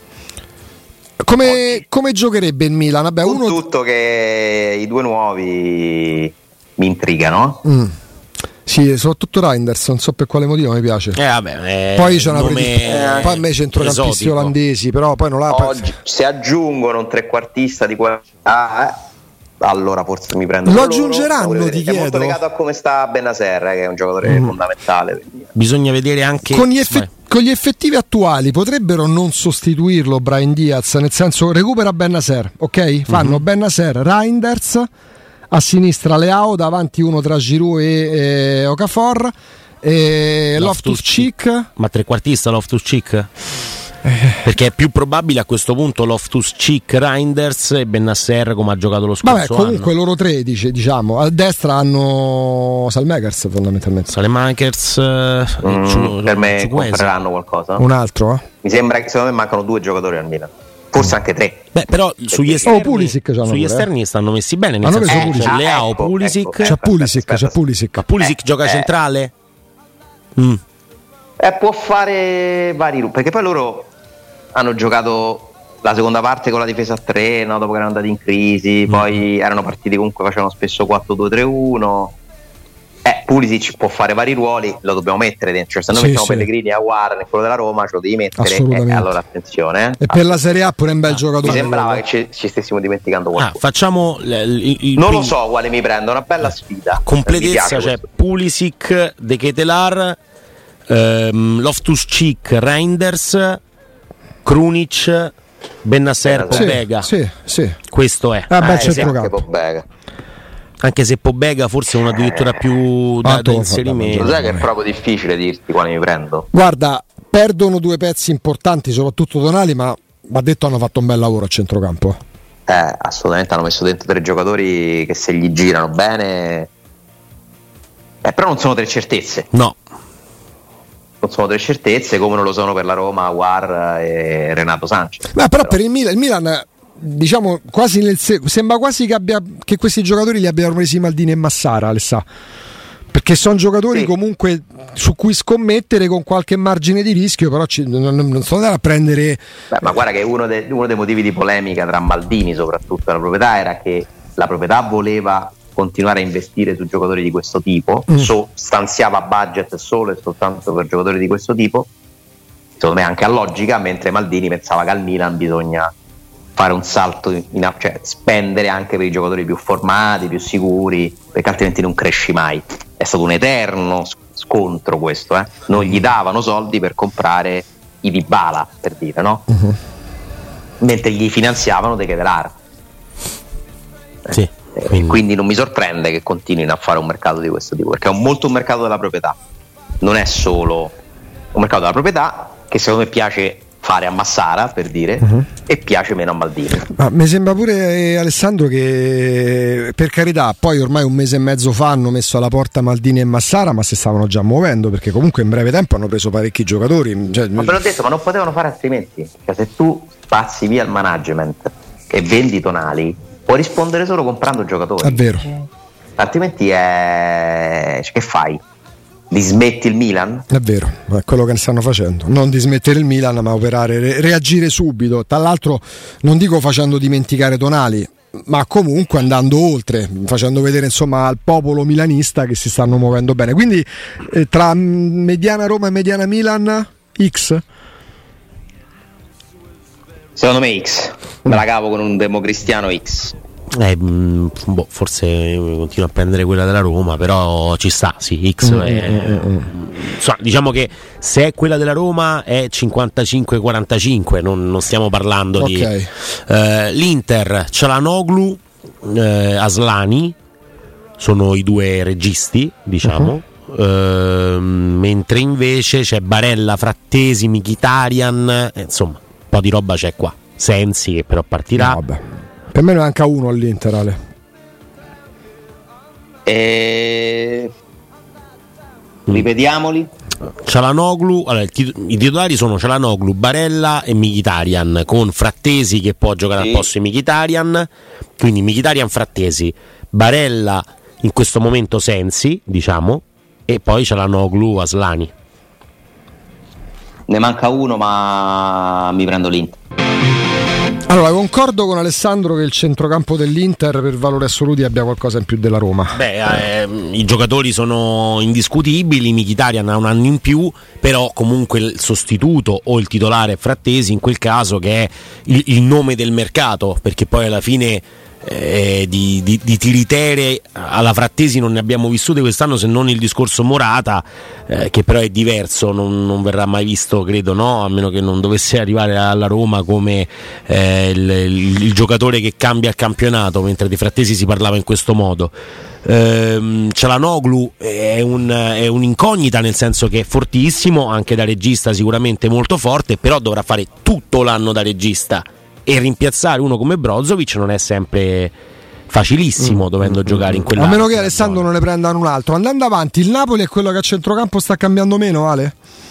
Come, come giocherebbe il Milan? Vabbè, Con uno. tutto che i due nuovi mi intrigano. Mm. Sì, soprattutto Reinders, non so per quale motivo mi piace. Eh vabbè. Poi c'è una nome predisp- poi a me centrocampisti esotico. olandesi, però poi non l'ha. Oggi, se aggiungono un trequartista di qualità, eh, allora forse mi prendo Lo loro. aggiungeranno, Voglio ti vedere. È molto chiedo. legato a come sta Bennacer, eh, che è un giocatore fondamentale. Bisogna vedere anche. Con gli, effe- Vai. con gli effettivi attuali potrebbero non sostituirlo Brahim Diaz, nel senso recupera Bennacer, ok? Fanno Bennacer, Reinders, a sinistra Leao, davanti uno tra Giroud e eh, Okafor, e Loftus-Cheek. Ma trequartista Loftus-Cheek? Perché è più probabile a questo punto Loftus-Cheek, Reinders e Bennacer come ha giocato lo scorso Vabbè, comunque anno. loro tre, dice, diciamo, a destra hanno Salmakers fondamentalmente. Salemakers, Mm, per me compreranno qualcosa. Un altro, eh? Mi sembra che secondo me mancano due giocatori al Milan, forse anche tre. Beh, però sugli Oh, esterni, Pulisic c'hanno sugli pure, esterni stanno messi bene. Nel Hanno senso preso che Pulisic. c'è Leao, Ecco, Pulisic. ecco, C'è ecco. Pulisic, aspetta, c'è aspetta. Pulisic. Ma Pulisic Eh, gioca eh. centrale? Mm. Eh, può fare vari ru- perché poi loro hanno giocato la seconda parte con la difesa a tre, no? Dopo che erano andati in crisi, Mm. poi erano partiti comunque, facevano spesso quattro due tre uno. Eh, Pulisic può fare vari ruoli, lo dobbiamo mettere dentro. Cioè, se noi Sì, mettiamo sì. Pellegrini a Warren, quello della Roma, ce lo devi mettere. Assolutamente. Eh, allora attenzione. eh. E per la Serie A pure un bel giocatore. Mi sembrava quello. che ci, ci stessimo dimenticando Ah, qualcuno. facciamo l- il, il non prim- lo so quale mi prendo, una bella sfida. Mi completezza, piace c'è questo. Pulisic, De Ketelar, ehm, Loftus-Cheek, Reinders, Krunic, Bennacer, Sì, Pobega. Sì, sì. Questo è. Ah, beh, Eh, c'è sì, il anche campo. Pobega. Anche se Pobega forse è uno addirittura più da, Ah, da tu, inserimento. Lo sai che è proprio difficile dirti quale mi prendo? Guarda, perdono due pezzi importanti, soprattutto Tonali, ma va detto hanno fatto un bel lavoro a centrocampo. Eh, assolutamente hanno messo dentro tre giocatori che se gli girano bene. Eh, però non sono tre certezze. No, Non sono tre certezze come non lo sono per la Roma, War e Renato Sanchez. Ma però per il Milan, il Milan diciamo quasi nel se- sembra quasi che, abbia, che questi giocatori li abbiano presi Maldini e Massara, Alessà. Perché sono giocatori Sì. comunque su cui scommettere con qualche margine di rischio, però ci, non, non sono andati a prendere. Beh, ma guarda che uno, de- uno dei motivi di polemica tra Maldini soprattutto e la proprietà era che la proprietà voleva continuare a investire su giocatori di questo tipo, Mm. so- stanziava budget solo e soltanto per giocatori di questo tipo, secondo me anche a logica, mentre Maldini pensava che al Milan bisogna fare un salto in, in- cioè spendere anche per i giocatori più formati, più sicuri, perché altrimenti non cresci mai. È stato un eterno s- scontro questo, eh. Non gli davano soldi per comprare i Dybala, per dire, no? Uh-huh. Mentre gli finanziavano De Ketelar. sì. quindi. quindi non mi sorprende che continuino a fare un mercato di questo tipo, perché è un, molto un mercato della proprietà, non è solo un mercato della proprietà che secondo me piace fare a Massara, per dire, uh-huh. e piace meno a Maldini. Ma mi sembra pure, eh, Alessandro, che per carità poi ormai un mese e mezzo fa hanno messo alla porta Maldini e Massara, ma si stavano già muovendo, perché comunque in breve tempo hanno preso parecchi giocatori, cioè, ma ve l'ho detto, ma non potevano fare altrimenti, cioè, se tu passi via il management e vendi Tonali puoi rispondere solo comprando giocatori, è vero, altrimenti è... cioè, che fai? Dismetti il Milan? È vero, è quello che stanno facendo, non dismettere il Milan ma operare, re- reagire subito, tra l'altro non dico facendo dimenticare Tonali, ma comunque andando oltre, facendo vedere insomma al popolo milanista che si stanno muovendo bene, quindi eh, tra mediana Roma e mediana Milan X? Secondo me X, me la cavo con un democristiano X. Eh, boh, forse continuo a prendere quella della Roma, però ci sta, sì, X mm, è, mm, mm. So, diciamo che se è quella della Roma è cinquantacinque quarantacinque, non, non stiamo parlando okay. di eh, l'Inter, Çalhanoğlu, eh, Aslani sono i due registi, diciamo, uh-huh. eh, mentre invece c'è Barella, Frattesi, Mkhitaryan, eh, insomma un po' di roba c'è qua, Sensi che però partirà. No, vabbè. Per me ne manca uno all'Inter, Ale. E... ripetiamoli. Çalhanoğlu, allora, i titolari sono Çalhanoğlu, Barella e Mkhitaryan, con Frattesi che può giocare sì. al posto di Mkhitaryan, quindi Mkhitaryan, Frattesi, Barella in questo momento Sensi, diciamo, e poi Çalhanoğlu, Aslani. Ne manca uno, ma mi prendo l'Inter. Allora, concordo con Alessandro che il centrocampo dell'Inter per valori assoluti abbia qualcosa in più della Roma. Beh, eh, i giocatori sono indiscutibili, Mkhitaryan ha un anno in più, però comunque il sostituto o il titolare è Frattesi, in quel caso, che è il, il nome del mercato, perché poi alla fine eh, di, di, di tiritere alla Frattesi non ne abbiamo vissute quest'anno, se non il discorso Morata, eh, che però è diverso, non, non verrà mai visto, credo, no, a meno che non dovesse arrivare alla Roma come eh, il, il, il giocatore che cambia il campionato, mentre di Frattesi si parlava in questo modo. ehm, Çalhanoğlu è, un, è un'incognita, nel senso che è fortissimo, anche da regista sicuramente molto forte, però dovrà fare tutto l'anno da regista, e rimpiazzare uno come Brozovic non è sempre facilissimo, mm, dovendo mm, giocare in quella. A meno che Alessandro non ne prendano un altro. Andando avanti, il Napoli è quello che a centrocampo sta cambiando meno, Ale?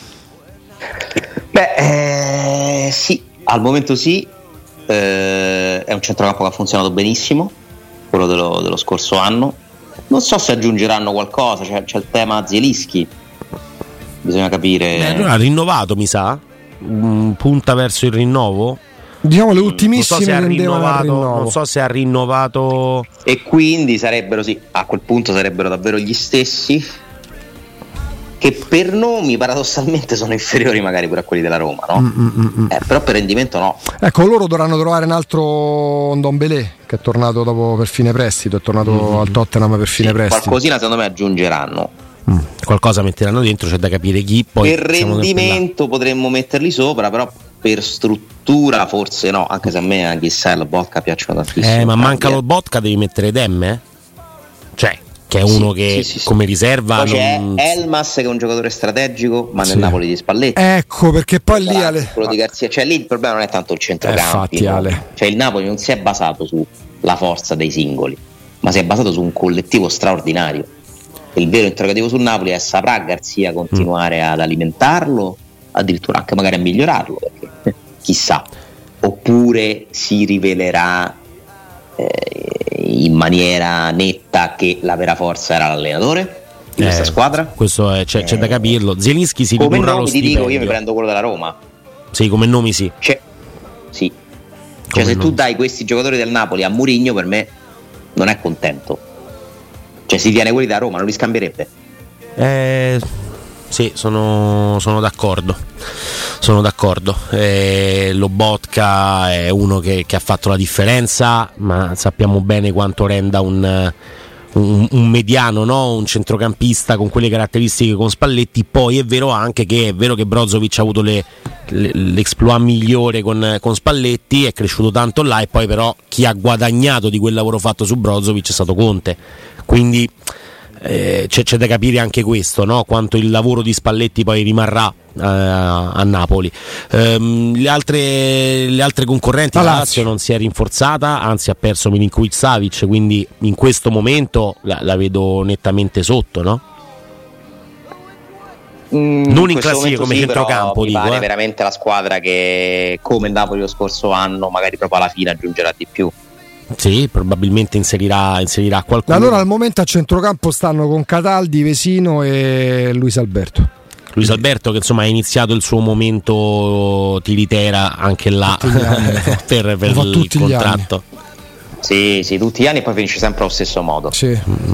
Beh, eh, sì, al momento sì, eh, è un centrocampo che ha funzionato benissimo, quello dello, dello scorso anno. Non so se aggiungeranno qualcosa, c'è, c'è il tema Zielinski, bisogna capire. Eh, allora, rinnovato mi sa, mm, punta verso il rinnovo. Diciamo le ultimissime non so se tendevano al rinnovo. Non so se ha rinnovato, e quindi sarebbero, sì, a quel punto sarebbero davvero gli stessi, che per nomi paradossalmente sono inferiori magari pure a quelli della Roma, no? Mm, mm, mm. Eh, però per rendimento no. Ecco, loro dovranno trovare un altro Ndombélé che è tornato dopo per fine prestito, è tornato mm. al Tottenham per fine sì, prestito. Qualcosina secondo me aggiungeranno. Mm. Qualcosa metteranno dentro, c'è da capire chi. Poi per rendimento potremmo metterli sopra, però per struttura forse no, anche se a me anche il Lobotka piacciono tantissimo. Eh, ma manca lo Lobotka, devi mettere Demme? Cioè, che è uno sì, che sì, sì, come riserva. Poi non... c'è Elmas che è un giocatore strategico, ma sì. nel Napoli di Spalletti. Ecco, perché poi lì Ale... quello di Garzia, cioè lì il problema non è tanto il centrocampo. Cioè il Napoli non si è basato sulla forza dei singoli, ma si è basato su un collettivo straordinario. Il vero interrogativo sul Napoli è: saprà Garzia continuare mm. ad alimentarlo, addirittura anche magari a migliorarlo, perché chissà, oppure si rivelerà eh, in maniera netta che la vera forza era l'allenatore di eh, questa squadra. Questo è, c'è, c'è eh, da capirlo. Zielinski si come ridurrà lo nomi, ti stipendio. dico, io mi prendo quello della Roma. Sì, come nomi sì. C'è, sì. Cioè, se tu dai questi giocatori del Napoli a Mourinho, per me non è contento. Cioè, si tiene quelli da Roma, non li scambierebbe? Eh, sì, sono, sono d'accordo. Sono d'accordo. Eh, Lobotka è uno che, che ha fatto la differenza, ma sappiamo bene quanto renda un, un, un mediano, no? Un centrocampista con quelle caratteristiche con Spalletti. Poi è vero anche che è vero che Brozovic ha avuto le, le, l'exploit migliore con, con Spalletti, è cresciuto tanto là, e poi però chi ha guadagnato di quel lavoro fatto su Brozovic è stato Conte, quindi eh, c'è, c'è da capire anche questo, no? Quanto il lavoro di Spalletti poi rimarrà eh, a Napoli. Ehm, le, altre, le altre concorrenti, la Lazio. Lazio non si è rinforzata, anzi ha perso Milinkovic-Savic, quindi in questo momento la, la vedo nettamente sotto, no? Mm, non in classifica come sì, centrocampo, mi dico, pare eh. veramente la squadra che, come il Napoli lo scorso anno, magari proprio alla fine aggiungerà di più. Sì, probabilmente inserirà, inserirà qualcuno. Allora al momento a centrocampo stanno con Cataldi, Vesino e Luis Alberto. Luis Alberto che insomma ha iniziato il suo momento tiritera anche là per, per il contratto. Sì, sì, tutti gli anni, e poi finisce sempre allo stesso modo. Sì.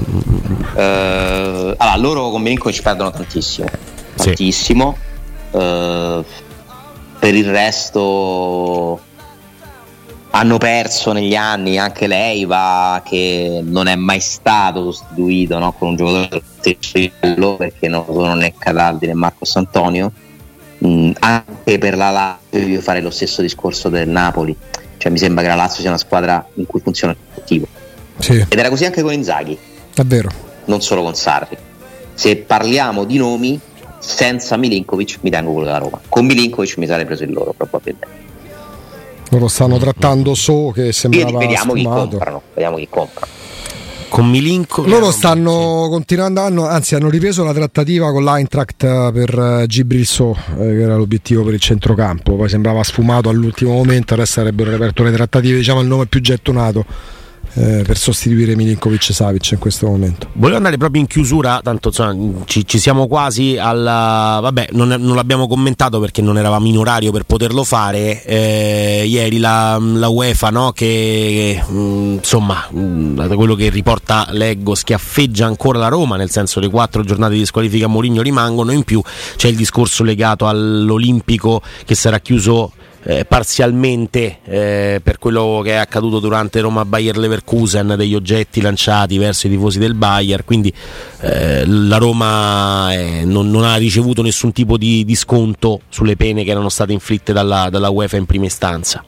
Eh, allora, loro con Milinkovic perdono tantissimo, tantissimo. Sì. Eh, per il resto hanno perso negli anni anche Leiva, che non è mai stato sostituito, no, con un giocatore dello stesso livello, perché non sono né Cataldi né Marcos Antonio. Mm, anche per la Lazio devo fare lo stesso discorso del Napoli, cioè mi sembra che la Lazio sia una squadra in cui funziona il collettivo. Sì. Ed era così anche con Inzaghi, davvero, non solo con Sarri. Se parliamo di nomi, senza Milinkovic mi tengo quello della Roma, con Milinkovic mi sarei preso il loro probabilmente. Loro stanno trattando So, che sembrava vediamo sfumato. chi comprano, vediamo chi comprano. Con Milinkovic loro stanno sì. continuando, hanno, anzi hanno ripreso la trattativa con l'Eintracht per uh, Gibril So, eh, che era l'obiettivo per il centrocampo, poi sembrava sfumato all'ultimo momento, adesso sarebbero riaperto le trattative, diciamo il nome più gettonato eh, per sostituire Milinkovic-Savic in questo momento. Volevo andare proprio in chiusura, tanto insomma, ci, ci siamo quasi alla, vabbè, non, non l'abbiamo commentato perché non eravamo in orario per poterlo fare. Eh, ieri la, la UEFA, no, che mh, insomma, mh, da quello che riporta leggo, schiaffeggia ancora la Roma, nel senso le quattro giornate di squalifica a Mourinho rimangono, in più c'è il discorso legato all'Olimpico che sarà chiuso Eh, parzialmente eh, per quello che è accaduto durante Roma-Bayer Leverkusen, degli oggetti lanciati verso i tifosi del Bayer, quindi eh, la Roma eh, non, non ha ricevuto nessun tipo di, di sconto sulle pene che erano state inflitte dalla, dalla UEFA in prima istanza.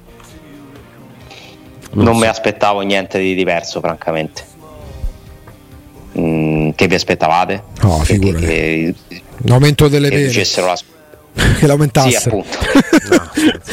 Non, non so. Mi aspettavo niente di diverso, francamente. Mm, che vi aspettavate? No, figurati. Che, che, l'aumento delle che pene. La... che l'aumentassero. Sì, appunto. No.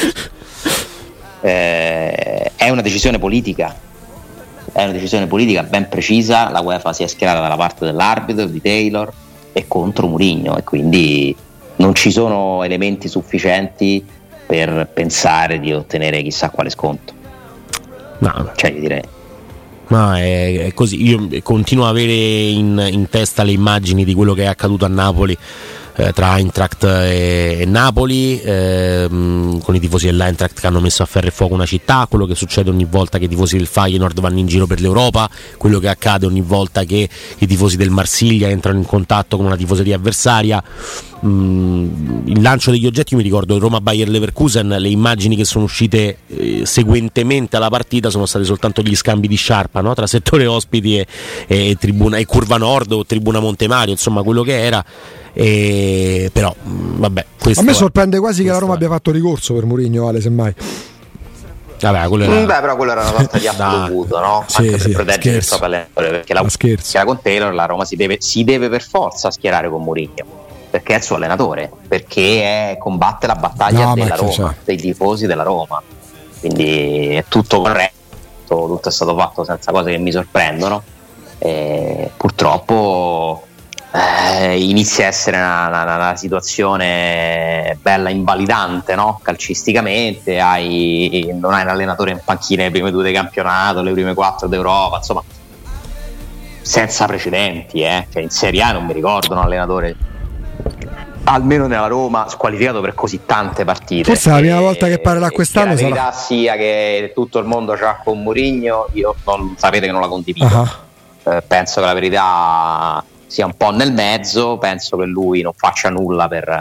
eh, è una decisione politica, è una decisione politica ben precisa. La UEFA si è schierata dalla parte dell'arbitro, di Taylor, e contro Mourinho, e quindi non ci sono elementi sufficienti per pensare di ottenere chissà quale sconto. No, cioè, io direi. Ma è, è così. Io continuo a avere in, in testa le immagini di quello che è accaduto a Napoli, Eh, tra Eintracht e, e Napoli, ehm, con i tifosi dell'Eintracht che hanno messo a ferro e fuoco una città, quello che succede ogni volta che i tifosi del Feyenoord vanno in giro per l'Europa, quello che accade ogni volta che i tifosi del Marsiglia entrano in contatto con una tifoseria avversaria. Mm, il lancio degli oggetti, io mi ricordo Roma-Bayer Leverkusen, le immagini che sono uscite eh, seguentemente alla partita sono state soltanto gli scambi di sciarpa, no? Tra settore ospiti e, e, tribuna, e Curva Nord o Tribuna Montemario, insomma quello che era. E però vabbè, a me sorprende quasi che la Roma è. abbia fatto ricorso per Mourinho, Ale, semmai. Vabbè, quello era... Beh, però quello era una sorta di atto dovuto, no? Sì, anche sì, per proteggere scherzo. il proprio allenatore, perché la schiera con Taylor la Roma si deve, si deve per forza schierare con Mourinho, perché è il suo allenatore, perché è, combatte la battaglia no, della Roma, c'è. dei tifosi della Roma, quindi è tutto corretto, tutto è stato fatto senza cose che mi sorprendono. E purtroppo Eh, inizia a essere una, una, una situazione bella invalidante, no? Calcisticamente hai, non hai un allenatore in panchina le prime due del campionato, le prime quattro d'Europa, insomma senza precedenti, eh? Cioè, in Serie A non mi ricordo un allenatore, almeno nella Roma, squalificato per così tante partite. Forse è la prima volta che parla quest'anno. La verità sarà... sia che tutto il mondo c'ha con Mourinho, io non, sapete che non la condivido. Uh-huh. eh, penso che la verità sia un po' nel mezzo, penso che lui non faccia nulla per,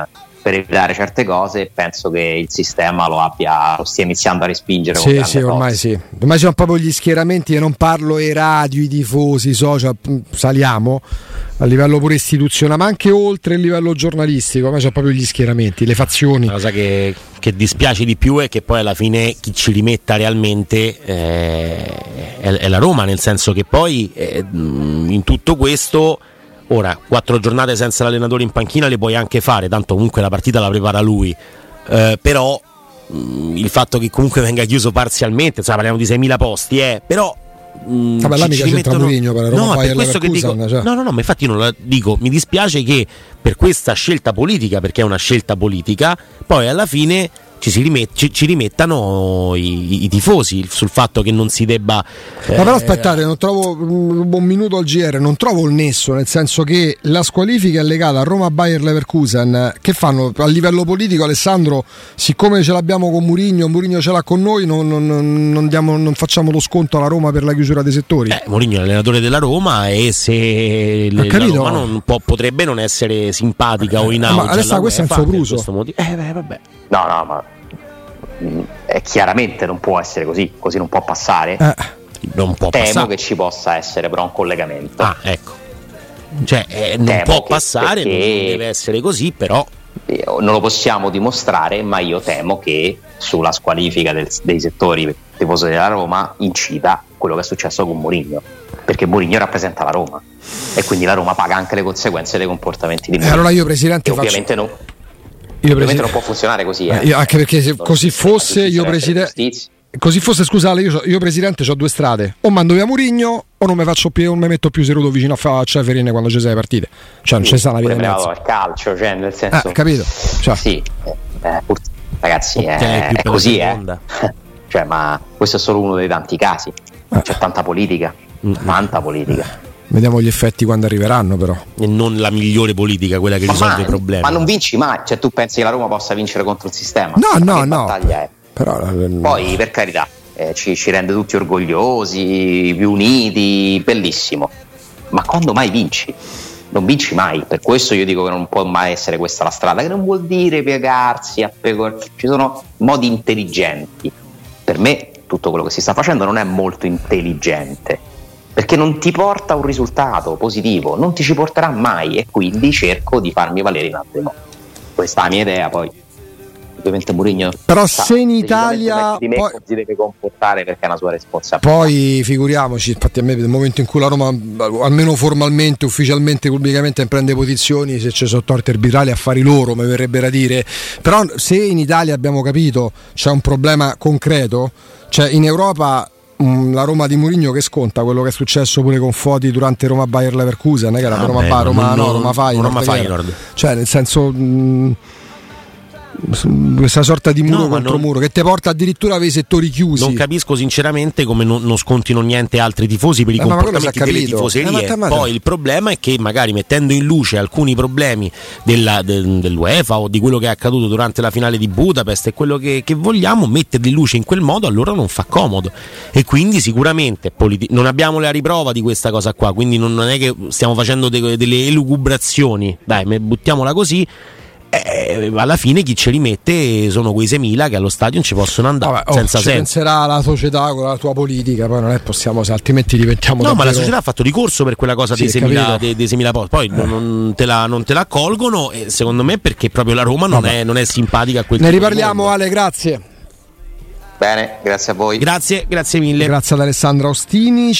per evitare certe cose. Penso che il sistema lo abbia lo stia iniziando a respingere. Sì, sì, ormai forza. Sì. Ormai sono proprio gli schieramenti, e non parlo ai radio, i tifosi, i social, saliamo a livello pure istituzionale, ma anche oltre il livello giornalistico. Ormai sono proprio gli schieramenti, le fazioni. La cosa che, che dispiace di più è che poi alla fine chi ci rimetta realmente eh, è, è la Roma, nel senso che poi eh, in tutto questo, ora quattro giornate senza l'allenatore in panchina le puoi anche fare, tanto comunque la partita la prepara lui, eh, però mh, il fatto che comunque venga chiuso parzialmente, insomma, parliamo di seimila posti, eh, però mh, vabbè, là mica c'entra Mourinho, per Roma, no, per questo che dico, cioè. no, no, no, ma infatti io non la dico, mi dispiace che per questa scelta politica, perché è una scelta politica, poi alla fine ci, si rimet- ci, ci rimettano i, i tifosi sul fatto che non si debba eh... ma però aspettate, non trovo un minuto al G R, non trovo il nesso, nel senso che la squalifica è legata a Roma-Bayer Leverkusen. Che fanno a livello politico, Alessandro? Siccome ce l'abbiamo con Mourinho, Mourinho ce l'ha con noi, non, non, non, diamo, non facciamo lo sconto alla Roma per la chiusura dei settori. eh, Mourinho è l'allenatore della Roma, e se le, la Roma non può, potrebbe non essere simpatica o in auge, ma adesso questo è un sopruso. Eh, beh, vabbè. No, no, ma è chiaramente non può essere così, così non può passare. Eh, non può Temo passare. che ci possa essere però un collegamento. Ah, ecco. Cioè, eh, non Temo può che, passare, non deve essere così, però non lo possiamo dimostrare, ma io temo che sulla squalifica del, dei settori tifosi della Roma incida quello che è successo con Mourinho, perché Mourinho rappresenta la Roma e quindi la Roma paga anche le conseguenze dei comportamenti di Mourinho. Eh, allora io, presidente, e faccio... ovviamente no. Io Ovviamente non può funzionare così, eh. Io, anche perché se così fosse, io presidente, così fosse, scusate, io, io presidente ho due strade: o mando via Mourinho o non mi faccio più, non mi metto più seduto vicino a Ceferin quando ci sei le partite. Cioè non sì, c'è sta una via in mezzo. al calcio, cioè nel senso. Eh, capito? Cioè. Sì, eh, pur... ragazzi, okay, è, è così, eh. Cioè, ma questo è solo uno dei tanti casi. C'è tanta politica, mm-hmm. tanta politica. Vediamo gli effetti quando arriveranno, però. E non la migliore politica, quella che ma risolve mai, i problemi. Ma non vinci mai, cioè tu pensi che la Roma possa vincere contro il sistema? No, no, che no. Battaglia è? Però, poi, per carità, eh, ci, ci rende tutti orgogliosi, più uniti, bellissimo. Ma quando mai vinci? Non vinci mai. Per questo io dico che non può mai essere questa la strada, che non vuol dire piegarsi, appegor- ci sono modi intelligenti. Per me tutto quello che si sta facendo non è molto intelligente, perché non ti porta un risultato positivo, non ti ci porterà mai, e quindi cerco di farmi valere in altri modi. Questa è la mia idea, poi ovviamente Mourinho però se in Italia di me poi... si deve comportare perché è una sua responsabilità. Poi figuriamoci, infatti a me nel momento in cui la Roma almeno formalmente, ufficialmente, pubblicamente prende posizioni, se ci sono torti arbitrali affari loro, mi verrebbe da dire. Però se in Italia abbiamo capito c'è un problema concreto, cioè in Europa la Roma di Mourinho che sconta quello che è successo pure con Foti durante Roma Bayer Leverkusen, che era ah, Roma beh, Bayer, Roma, no, Roma Feyenoord, Roma Feyenoord. Cioè nel senso mh, questa sorta di muro no, contro non, muro che ti porta addirittura a avere i settori chiusi. Non capisco sinceramente come non, non scontino niente altri tifosi per i eh, comportamenti delle tifoserie. Eh, Poi il problema è che magari mettendo in luce alcuni problemi della, de, dell'UEFA o di quello che è accaduto durante la finale di Budapest e quello che, che vogliamo, metterli in luce in quel modo allora non fa comodo, e quindi sicuramente politi- non abbiamo la riprova di questa cosa qua, quindi non, non è che stiamo facendo de, delle elucubrazioni, dai, buttiamola così. Eh, alla fine chi ce li mette sono quei seimila che allo stadio non ci possono andare. Vabbè, oh, senza ci senso. Penserà la società con la tua politica, poi non è possiamo, se altrimenti diventiamo no davvero... ma la società ha fatto ricorso per quella cosa sì, dei seimila dei, dei seimila posti, poi eh. non, te la, non te la accolgono, e secondo me perché proprio la Roma non è, non è simpatica a quel ne riparliamo. Ale, grazie. Bene, grazie a voi. Grazie, grazie mille. Grazie ad Alessandro Ostini.